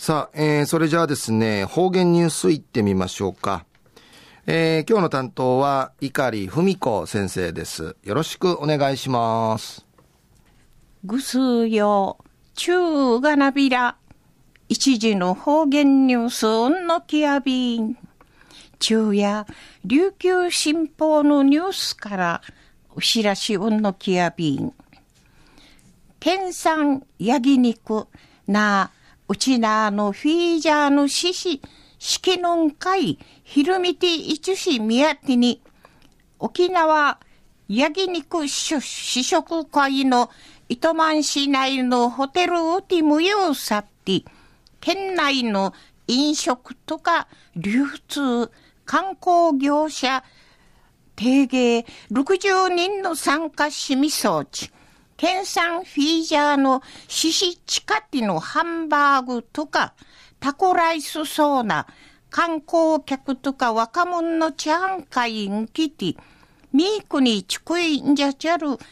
さあ、それじゃあですね、方言ニュースいってみましょうか。今日の担当は碇文子先生です。よろしくお願いします。 ぐすよ中がなびら一時の方言ニュースうんのきやびん中や琉球新報のニュースからお知らしうんのきやびん県産焼肉なうちなのフィージャーのしし式のんかいひるみていちゅしみやてに沖縄焼肉試食会の糸満市内のホテルをて無用さって県内の飲食とか流通観光業者定芸60人の参加しみそうち県産フィージャーのシシチカティのハンバーグとかタコライスそうな観光客とか若者のチャンカインキティミークにちくいんじゃちゃる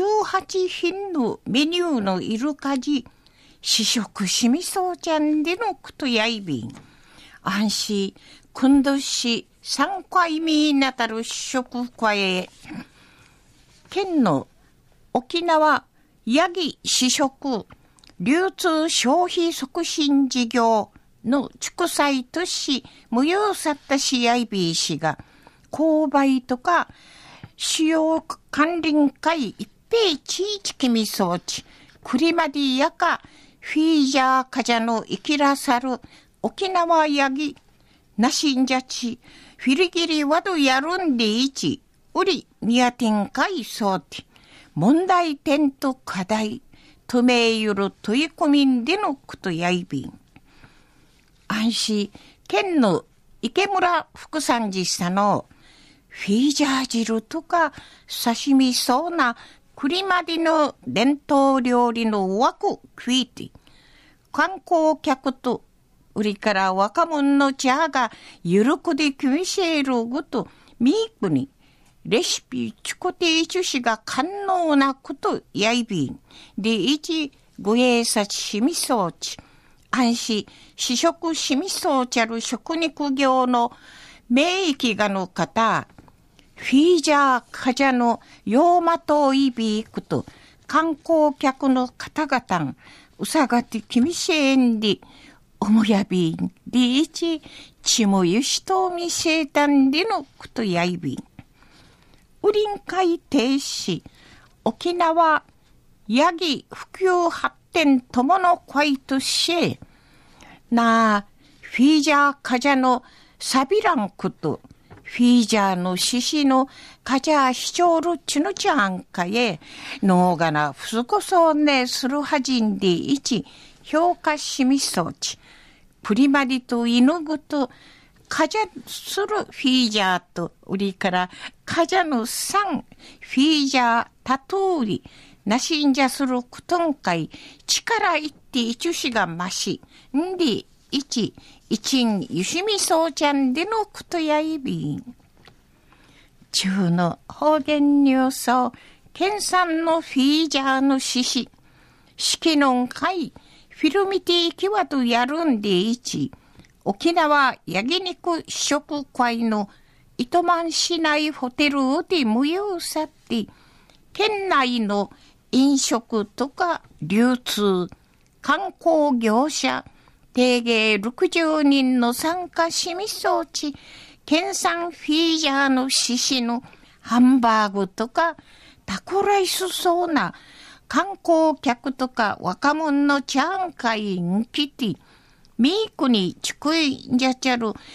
18品のメニューのいるかじ試食しみそうちゃんでのくとやいびん安心くんどし3回目になたる試食会へ県の沖縄ヤギ試食流通消費促進事業の畜産都市無用さったしやいびいしが購買とか使用関連会一平地域きみ装置クリマディやかフィージャーカジャの生きらさる沖縄ヤギなしんじゃちフィリギリワドやるんでいちうりみやてんかいそうて問題点と課題とめゆる問い込みんでのことやいびん安心県の池村福山寺さんのフィージャー汁とか刺身そうな栗までの伝統料理の枠食いて観光客と売りから若者の茶がゆるくできみせるごとミークにレシピチコテイチュシが可能なことやいびんでいちごえさちしみそうち安心試食しみそうちゃる食肉業の名域がの方フィージャーカジャのヨーマトイビークと観光客の方々うさがてきみせんでおもやびんでいちちもゆしとみせたんでのことやいびんウリン海停止沖縄ヤギ普及発展友の会としなフィージャーカジャのサビランクとフィージャーのシシのカジャーシチョールチュヌチャンカへノーガナフスコソーネするはじんでいち評価しみそうちプリマリとイヌグとカジャするフィージャーと売りからカジャの3フィージャータトゥーリなしんじゃするクトンカイ力いっていちゅしがましんで一んゆしみそうちゃんでのことやいびん中の方言ニュースを県産のフィージャーのしし式のんかいフィルミティキワとやるんでいち沖縄焼肉試食会の糸満市内ホテルで無用さって県内の飲食とか流通観光業者定芸60人の参加しみそうち県産フィージャーのししのハンバーグとかタコライスそうな観光客とか若者のチャンカインキティミークにちくいんじゃちゃる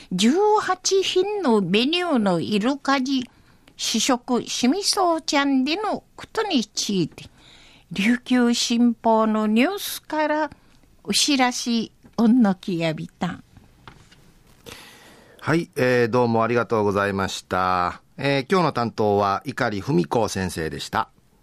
18品のメニューのいるかじ試食しみそうちゃんでのことについて琉球新報のニュースからお知らしおんのきやびたんはい、どうもありがとうございました。今日の担当は碇文子先生でした。